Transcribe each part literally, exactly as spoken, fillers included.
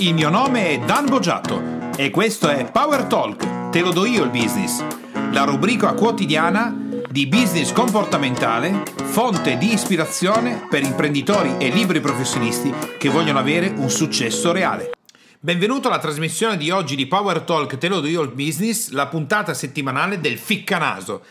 Il mio nome è Dan Boggiato e questo è Power Talk, te lo do io il business, la rubrica quotidiana di business comportamentale, fonte di ispirazione per imprenditori e liberi professionisti che vogliono avere un successo reale. Benvenuto alla trasmissione di oggi di Power Talk, te lo do io il business, la puntata settimanale del ficcanaso.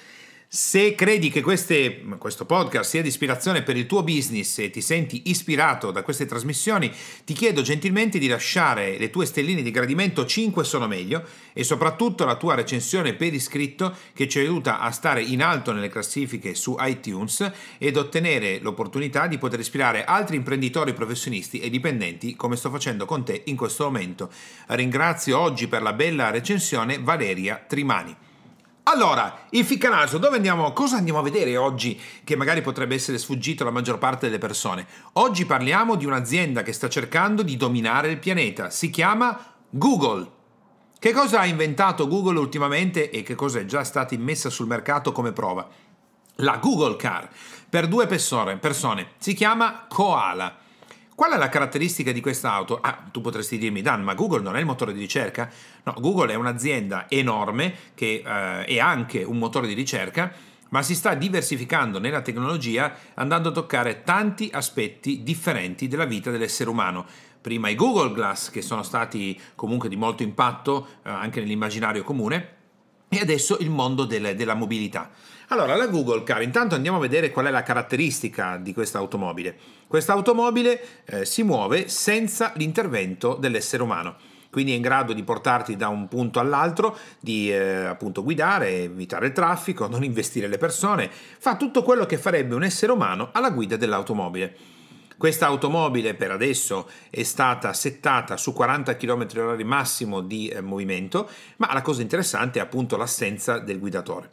Se credi che queste, questo podcast sia di ispirazione per il tuo business e ti senti ispirato da queste trasmissioni, ti chiedo gentilmente di lasciare le tue stelline di gradimento, cinque sono meglio, e soprattutto la tua recensione per iscritto che ci aiuta a stare in alto nelle classifiche su iTunes ed ottenere l'opportunità di poter ispirare altri imprenditori, professionisti e dipendenti come sto facendo con te in questo momento. Ringrazio oggi per la bella recensione Valeria Trimani. Allora, il ficcanaso, dove andiamo? Cosa andiamo a vedere oggi che magari potrebbe essere sfuggito alla maggior parte delle persone? Oggi parliamo di un'azienda che sta cercando di dominare il pianeta. Si chiama Google. Che cosa ha inventato Google ultimamente e che cosa è già stata immessa sul mercato come prova? La Google Car, per due persone. persone. Si chiama Koala. Qual è la caratteristica di questa auto? Ah, tu potresti dirmi, Dan, ma Google non è il motore di ricerca? No, Google è un'azienda enorme che eh, è anche un motore di ricerca, ma si sta diversificando nella tecnologia andando a toccare tanti aspetti differenti della vita dell'essere umano. Prima i Google Glass, che sono stati comunque di molto impatto eh, anche nell'immaginario comune, e adesso il mondo del, della mobilità. Allora, la Google Car, intanto andiamo a vedere qual è la caratteristica di questa automobile. Questa automobile eh, si muove senza l'intervento dell'essere umano, quindi è in grado di portarti da un punto all'altro, di eh, appunto guidare, evitare il traffico, non investire le persone, fa tutto quello che farebbe un essere umano alla guida dell'automobile. Questa automobile per adesso è stata settata su quaranta chilometri orari massimo di eh, movimento, ma la cosa interessante è appunto l'assenza del guidatore.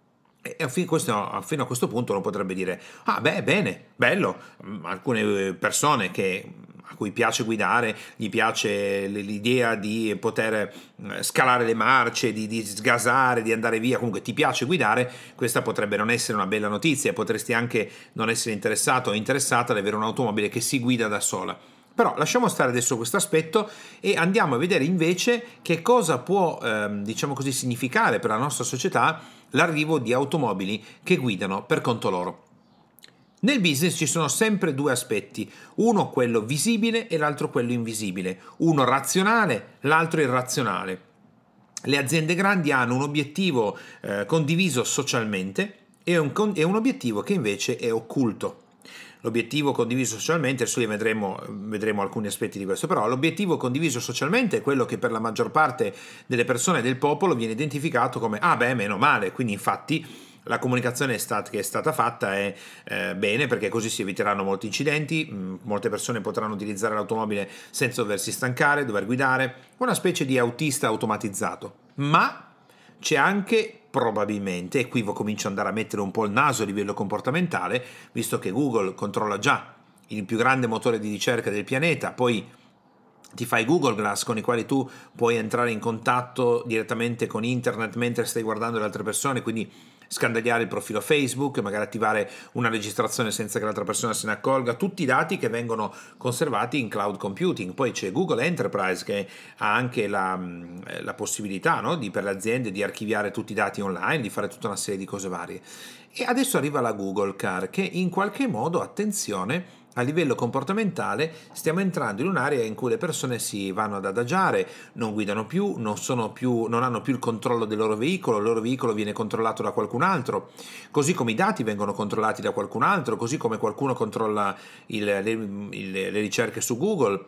E fino a questo punto uno potrebbe dire, ah beh, bene, bello, alcune persone che, a cui piace guidare, gli piace l'idea di poter scalare le marce, di, di sgasare, di andare via, comunque ti piace guidare, questa potrebbe non essere una bella notizia, potresti anche non essere interessato o interessata ad avere un'automobile che si guida da sola. Però lasciamo stare adesso questo aspetto e andiamo a vedere invece che cosa può, ehm, diciamo così, significare per la nostra società l'arrivo di automobili che guidano per conto loro. Nel business ci sono sempre due aspetti, uno quello visibile e l'altro quello invisibile, uno razionale, l'altro irrazionale. Le aziende grandi hanno un obiettivo eh, condiviso socialmente e un, e un obiettivo che invece è occulto. L'obiettivo condiviso socialmente, adesso vedremo, vedremo alcuni aspetti di questo, però l'obiettivo condiviso socialmente è quello che per la maggior parte delle persone del popolo viene identificato come ah beh, meno male, quindi infatti la comunicazione è stata, che è stata fatta è eh, bene, perché così si eviteranno molti incidenti, mh, molte persone potranno utilizzare l'automobile senza doversi stancare, dover guidare, una specie di autista automatizzato. Ma c'è anche probabilmente, e qui comincio ad andare a mettere un po' il naso a livello comportamentale, visto che Google controlla già il più grande motore di ricerca del pianeta, poi ti fai Google Glass con i quali tu puoi entrare in contatto direttamente con internet mentre stai guardando le altre persone, quindi scandagliare il profilo Facebook, magari attivare una registrazione senza che l'altra persona se ne accorga, tutti i dati che vengono conservati in cloud computing. Poi c'è Google Enterprise che ha anche la, la possibilità, no, di, per le aziende di archiviare tutti i dati online, di fare tutta una serie di cose varie. E adesso arriva la Google Car che in qualche modo, attenzione, a livello comportamentale stiamo entrando in un'area in cui le persone si vanno ad adagiare, non guidano più, non sono più, non hanno più il controllo del loro veicolo, il loro veicolo viene controllato da qualcun altro, così come i dati vengono controllati da qualcun altro, così come qualcuno controlla il, le, il, le ricerche su Google.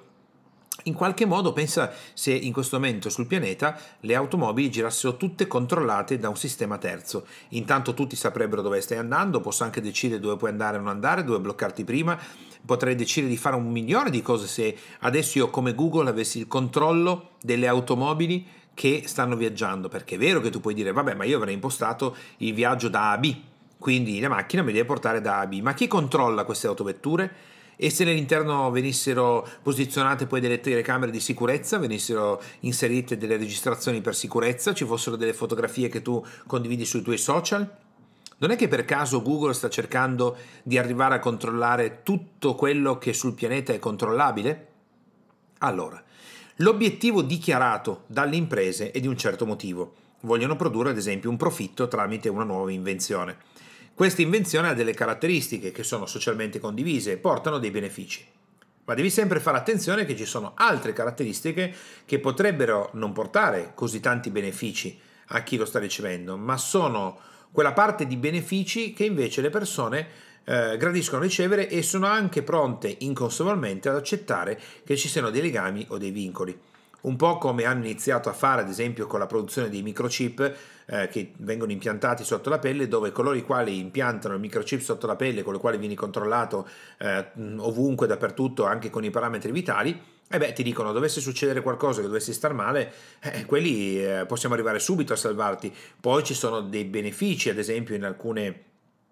In qualche modo pensa se in questo momento sul pianeta le automobili girassero tutte controllate da un sistema terzo. Intanto tutti saprebbero dove stai andando, posso anche decidere dove puoi andare o non andare, dove bloccarti prima, potrei decidere di fare un milione di cose se adesso io come Google avessi il controllo delle automobili che stanno viaggiando, perché è vero che tu puoi dire vabbè, ma io avrei impostato il viaggio da A a B, quindi la macchina mi deve portare da A a B, ma chi controlla queste autovetture? E se all'interno venissero posizionate poi delle telecamere di sicurezza, venissero inserite delle registrazioni per sicurezza, ci fossero delle fotografie che tu condividi sui tuoi social? Non è che per caso Google sta cercando di arrivare a controllare tutto quello che sul pianeta è controllabile? Allora, L'obiettivo dichiarato dalle imprese è di un certo motivo. Vogliono produrre ad esempio un profitto tramite una nuova invenzione. Questa invenzione ha delle caratteristiche che sono socialmente condivise e portano dei benefici. Ma devi sempre fare attenzione che ci sono altre caratteristiche che potrebbero non portare così tanti benefici a chi lo sta ricevendo, ma sono quella parte di benefici che invece le persone eh, gradiscono ricevere e sono anche pronte inconsapevolmente ad accettare che ci siano dei legami o dei vincoli. Un po' come hanno iniziato a fare ad esempio con la produzione dei microchip eh, che vengono impiantati sotto la pelle, dove coloro i quali impiantano il microchip sotto la pelle, con il quale vieni controllato eh, ovunque, dappertutto, anche con i parametri vitali, e beh, ti dicono, dovesse succedere qualcosa, che dovessi star male, eh, quelli eh, possiamo arrivare subito a salvarti. Poi ci sono dei benefici, ad esempio in alcune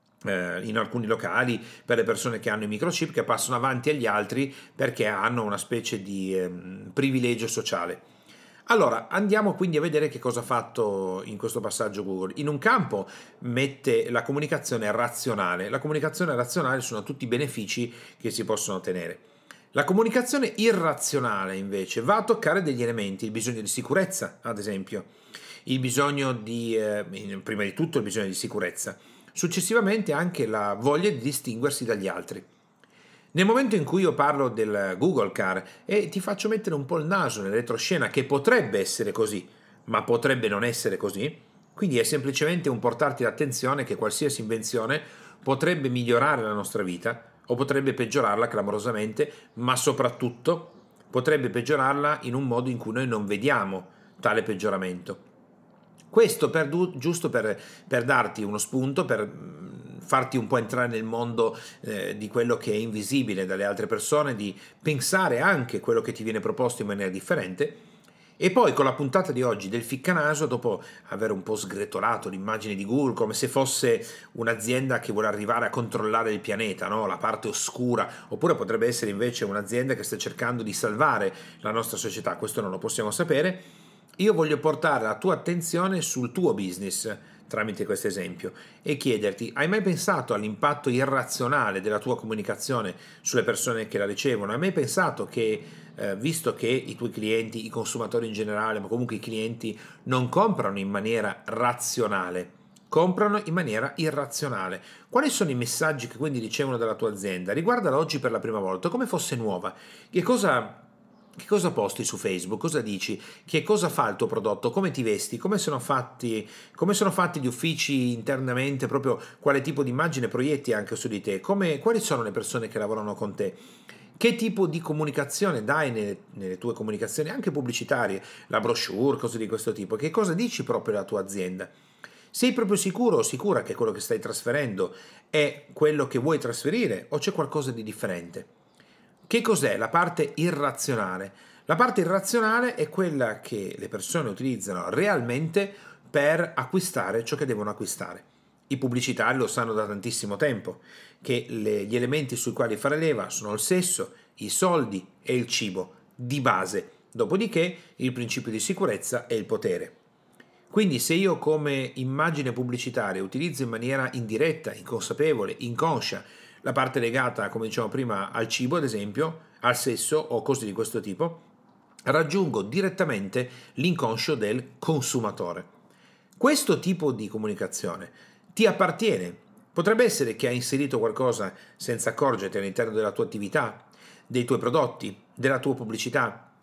in alcuni locali per le persone che hanno i microchip, che passano avanti agli altri perché hanno una specie di eh, privilegio sociale. Allora andiamo quindi a vedere che cosa ha fatto in questo passaggio Google. In un campo mette la comunicazione razionale. La comunicazione razionale sono tutti i benefici che si possono ottenere. La comunicazione irrazionale invece va a toccare degli elementi, il bisogno di sicurezza ad esempio, il bisogno di eh, prima di tutto il bisogno di sicurezza, successivamente anche la voglia di distinguersi dagli altri. Nel momento in cui io parlo del Google Car e ti faccio mettere un po' il naso nel retroscena che potrebbe essere così, ma potrebbe non essere così, quindi è semplicemente un portarti l'attenzione che qualsiasi invenzione potrebbe migliorare la nostra vita o potrebbe peggiorarla clamorosamente, ma soprattutto potrebbe peggiorarla in un modo in cui noi non vediamo tale peggioramento. Questo per, giusto per, per darti uno spunto, per farti un po' entrare nel mondo eh, di quello che è invisibile dalle altre persone, di pensare anche quello che ti viene proposto in maniera differente. E poi con la puntata di oggi del ficcanaso, dopo aver un po' sgretolato l'immagine di Google come se fosse un'azienda che vuole arrivare a controllare il pianeta, no? La parte oscura, oppure potrebbe essere invece un'azienda che sta cercando di salvare la nostra società, questo non lo possiamo sapere. Io voglio portare la tua attenzione sul tuo business tramite questo esempio e chiederti: hai mai pensato all'impatto irrazionale della tua comunicazione sulle persone che la ricevono? Hai mai pensato che, eh, visto che i tuoi clienti, i consumatori in generale, ma comunque i clienti non comprano in maniera razionale, comprano in maniera irrazionale, quali sono i messaggi che quindi ricevono dalla tua azienda? Riguardala oggi per la prima volta, come fosse nuova. Che cosa Che cosa posti su Facebook? Cosa dici? Che cosa fa il tuo prodotto? Come ti vesti? Come sono fatti, come sono fatti gli uffici internamente? Proprio quale tipo di immagine proietti anche su di te? Come, quali sono le persone che lavorano con te? Che tipo di comunicazione dai nelle, nelle tue comunicazioni, anche pubblicitarie? La brochure, cose di questo tipo? Che cosa dici proprio alla tua azienda? Sei proprio sicuro o sicura che quello che stai trasferendo è quello che vuoi trasferire o c'è qualcosa di differente? Che cos'è la parte irrazionale? La parte irrazionale è quella che le persone utilizzano realmente per acquistare ciò che devono acquistare. I pubblicitari lo sanno da tantissimo tempo, che le, gli elementi sui quali fare leva sono il sesso, i soldi e il cibo, di base. Dopodiché il principio di sicurezza e il potere. Quindi se io come immagine pubblicitaria utilizzo in maniera indiretta, inconsapevole, inconscia, la parte legata, come dicevamo prima, al cibo, ad esempio, al sesso o cose di questo tipo, raggiungo direttamente l'inconscio del consumatore. Questo tipo di comunicazione ti appartiene. Potrebbe essere che hai inserito qualcosa senza accorgerti all'interno della tua attività, dei tuoi prodotti, della tua pubblicità.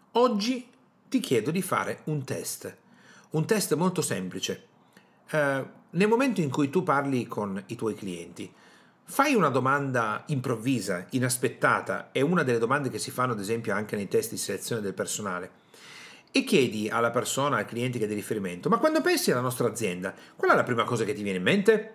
Oggi ti chiedo di fare un test. Un test molto semplice. Eh, nel momento in cui tu parli con i tuoi clienti, fai una domanda improvvisa, inaspettata, è una delle domande che si fanno ad esempio anche nei test di selezione del personale, e chiedi alla persona, al cliente che è di riferimento: ma quando pensi alla nostra azienda, qual è la prima cosa che ti viene in mente?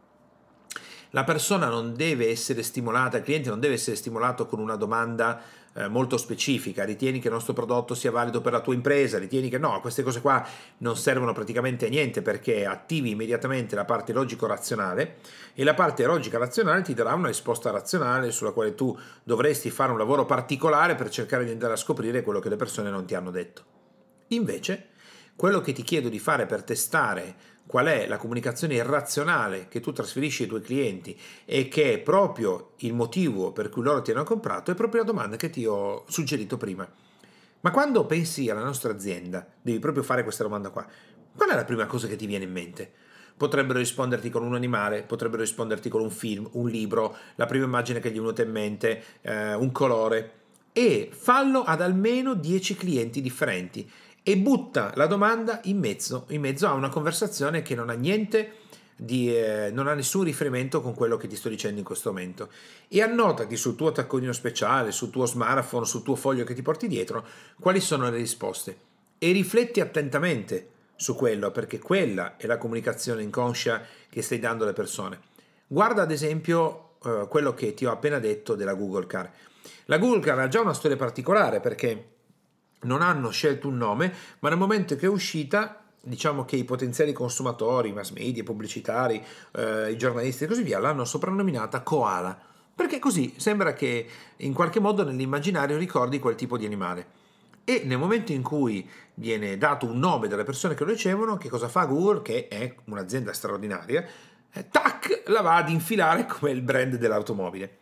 La persona non deve essere stimolata, il cliente non deve essere stimolato con una domanda eh, molto specifica. Ritieni che il nostro prodotto sia valido per la tua impresa? Ritieni che no, queste cose qua non servono praticamente a niente, perché attivi immediatamente la parte logico-razionale e la parte logica-razionale ti darà una risposta razionale sulla quale tu dovresti fare un lavoro particolare per cercare di andare a scoprire quello che le persone non ti hanno detto. Invece, quello che ti chiedo di fare per testare qual è la comunicazione irrazionale che tu trasferisci ai tuoi clienti e che è proprio il motivo per cui loro ti hanno comprato, è proprio la domanda che ti ho suggerito prima. Ma quando pensi alla nostra azienda, devi proprio fare questa domanda qua. Qual è la prima cosa che ti viene in mente? Potrebbero risponderti con un animale, potrebbero risponderti con un film, un libro, la prima immagine che gli è venuta in mente, eh, un colore. E fallo ad almeno dieci clienti differenti e butta la domanda in mezzo, in mezzo a una conversazione che non ha niente di, eh, non ha nessun riferimento con quello che ti sto dicendo in questo momento, e annotati sul tuo tacconino speciale, sul tuo smartphone, sul tuo foglio che ti porti dietro quali sono le risposte e rifletti attentamente su quello, perché quella è la comunicazione inconscia che stai dando alle persone. Guarda ad esempio eh, quello che ti ho appena detto della Google Car. La Google Car ha già una storia particolare, perché non hanno scelto un nome, ma nel momento che è uscita, diciamo che i potenziali consumatori, i mass media, i pubblicitari, eh, i giornalisti e così via l'hanno soprannominata Koala, perché così sembra che in qualche modo nell'immaginario ricordi quel tipo di animale. E nel momento in cui viene dato un nome dalle persone che lo ricevono, che cosa fa Google, che è un'azienda straordinaria, eh, tac, la va ad infilare come il brand dell'automobile.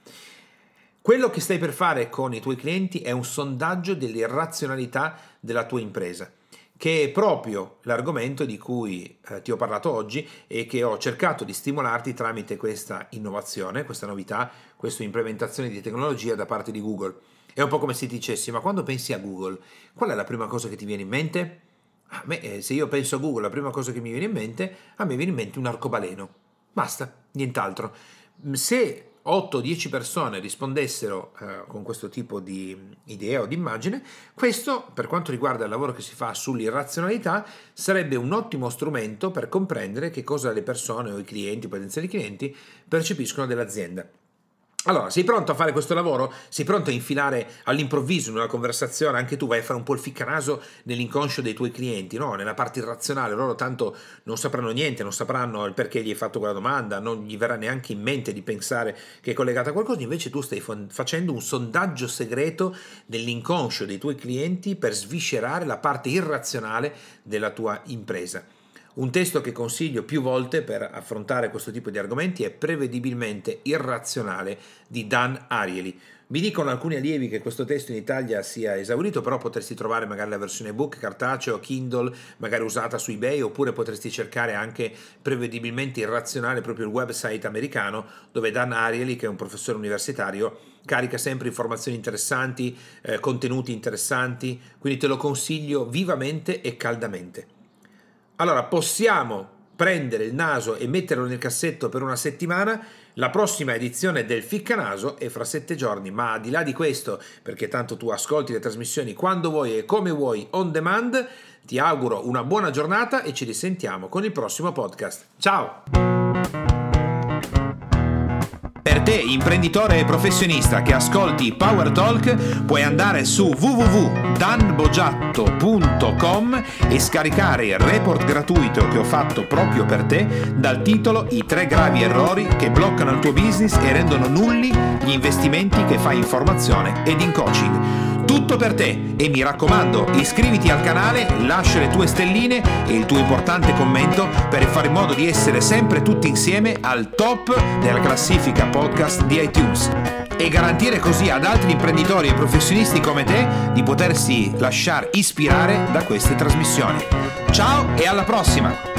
Quello che stai per fare con i tuoi clienti è un sondaggio dell'irrazionalità della tua impresa, che è proprio l'argomento di cui eh, ti ho parlato oggi e che ho cercato di stimolarti tramite questa innovazione, questa novità, questa implementazione di tecnologia da parte di Google. È un po' come se ti dicessi: ma quando pensi a Google, qual è la prima cosa che ti viene in mente? A me, eh, se io penso a Google, la prima cosa che mi viene in mente, a me viene in mente un arcobaleno. Basta, nient'altro. Se otto dieci persone rispondessero eh, con questo tipo di idea o di immagine, questo, per quanto riguarda il lavoro che si fa sull'irrazionalità, sarebbe un ottimo strumento per comprendere che cosa le persone o i clienti, i potenziali clienti, percepiscono dell'azienda. Allora, sei pronto a fare questo lavoro? Sei pronto a infilare all'improvviso in una conversazione? Anche tu vai a fare un po' il ficcanaso nell'inconscio dei tuoi clienti, no? Nella parte irrazionale. Loro tanto non sapranno niente, non sapranno il perché gli hai fatto quella domanda, non gli verrà neanche in mente di pensare che è collegata a qualcosa. Invece tu stai facendo un sondaggio segreto nell'inconscio dei tuoi clienti per sviscerare la parte irrazionale della tua impresa. Un testo che consiglio più volte per affrontare questo tipo di argomenti è Prevedibilmente irrazionale di Dan Ariely. Mi dicono alcuni allievi che questo testo in Italia sia esaurito, però potresti trovare magari la versione ebook, cartaceo, Kindle, magari usata su eBay, oppure potresti cercare anche Prevedibilmente irrazionale, proprio il website americano, dove Dan Ariely, che è un professore universitario, carica sempre informazioni interessanti, eh, contenuti interessanti, quindi te lo consiglio vivamente e caldamente. Allora, possiamo prendere il naso e metterlo nel cassetto per una settimana. La prossima edizione del Ficcanaso è fra sette giorni, ma al di là di questo, perché tanto tu ascolti le trasmissioni quando vuoi e come vuoi on demand, ti auguro una buona giornata e ci risentiamo con il prossimo podcast. Ciao! Per te, imprenditore e professionista che ascolti Power Talk, puoi andare su w w w punto dan boggiatto punto com e scaricare il report gratuito che ho fatto proprio per te dal titolo I tre gravi errori che bloccano il tuo business e rendono nulli gli investimenti che fai in formazione ed in coaching. Tutto per te, e mi raccomando, iscriviti al canale, lascia le tue stelline e il tuo importante commento per fare in modo di essere sempre tutti insieme al top della classifica podcast di iTunes e garantire così ad altri imprenditori e professionisti come te di potersi lasciare ispirare da queste trasmissioni. Ciao e alla prossima!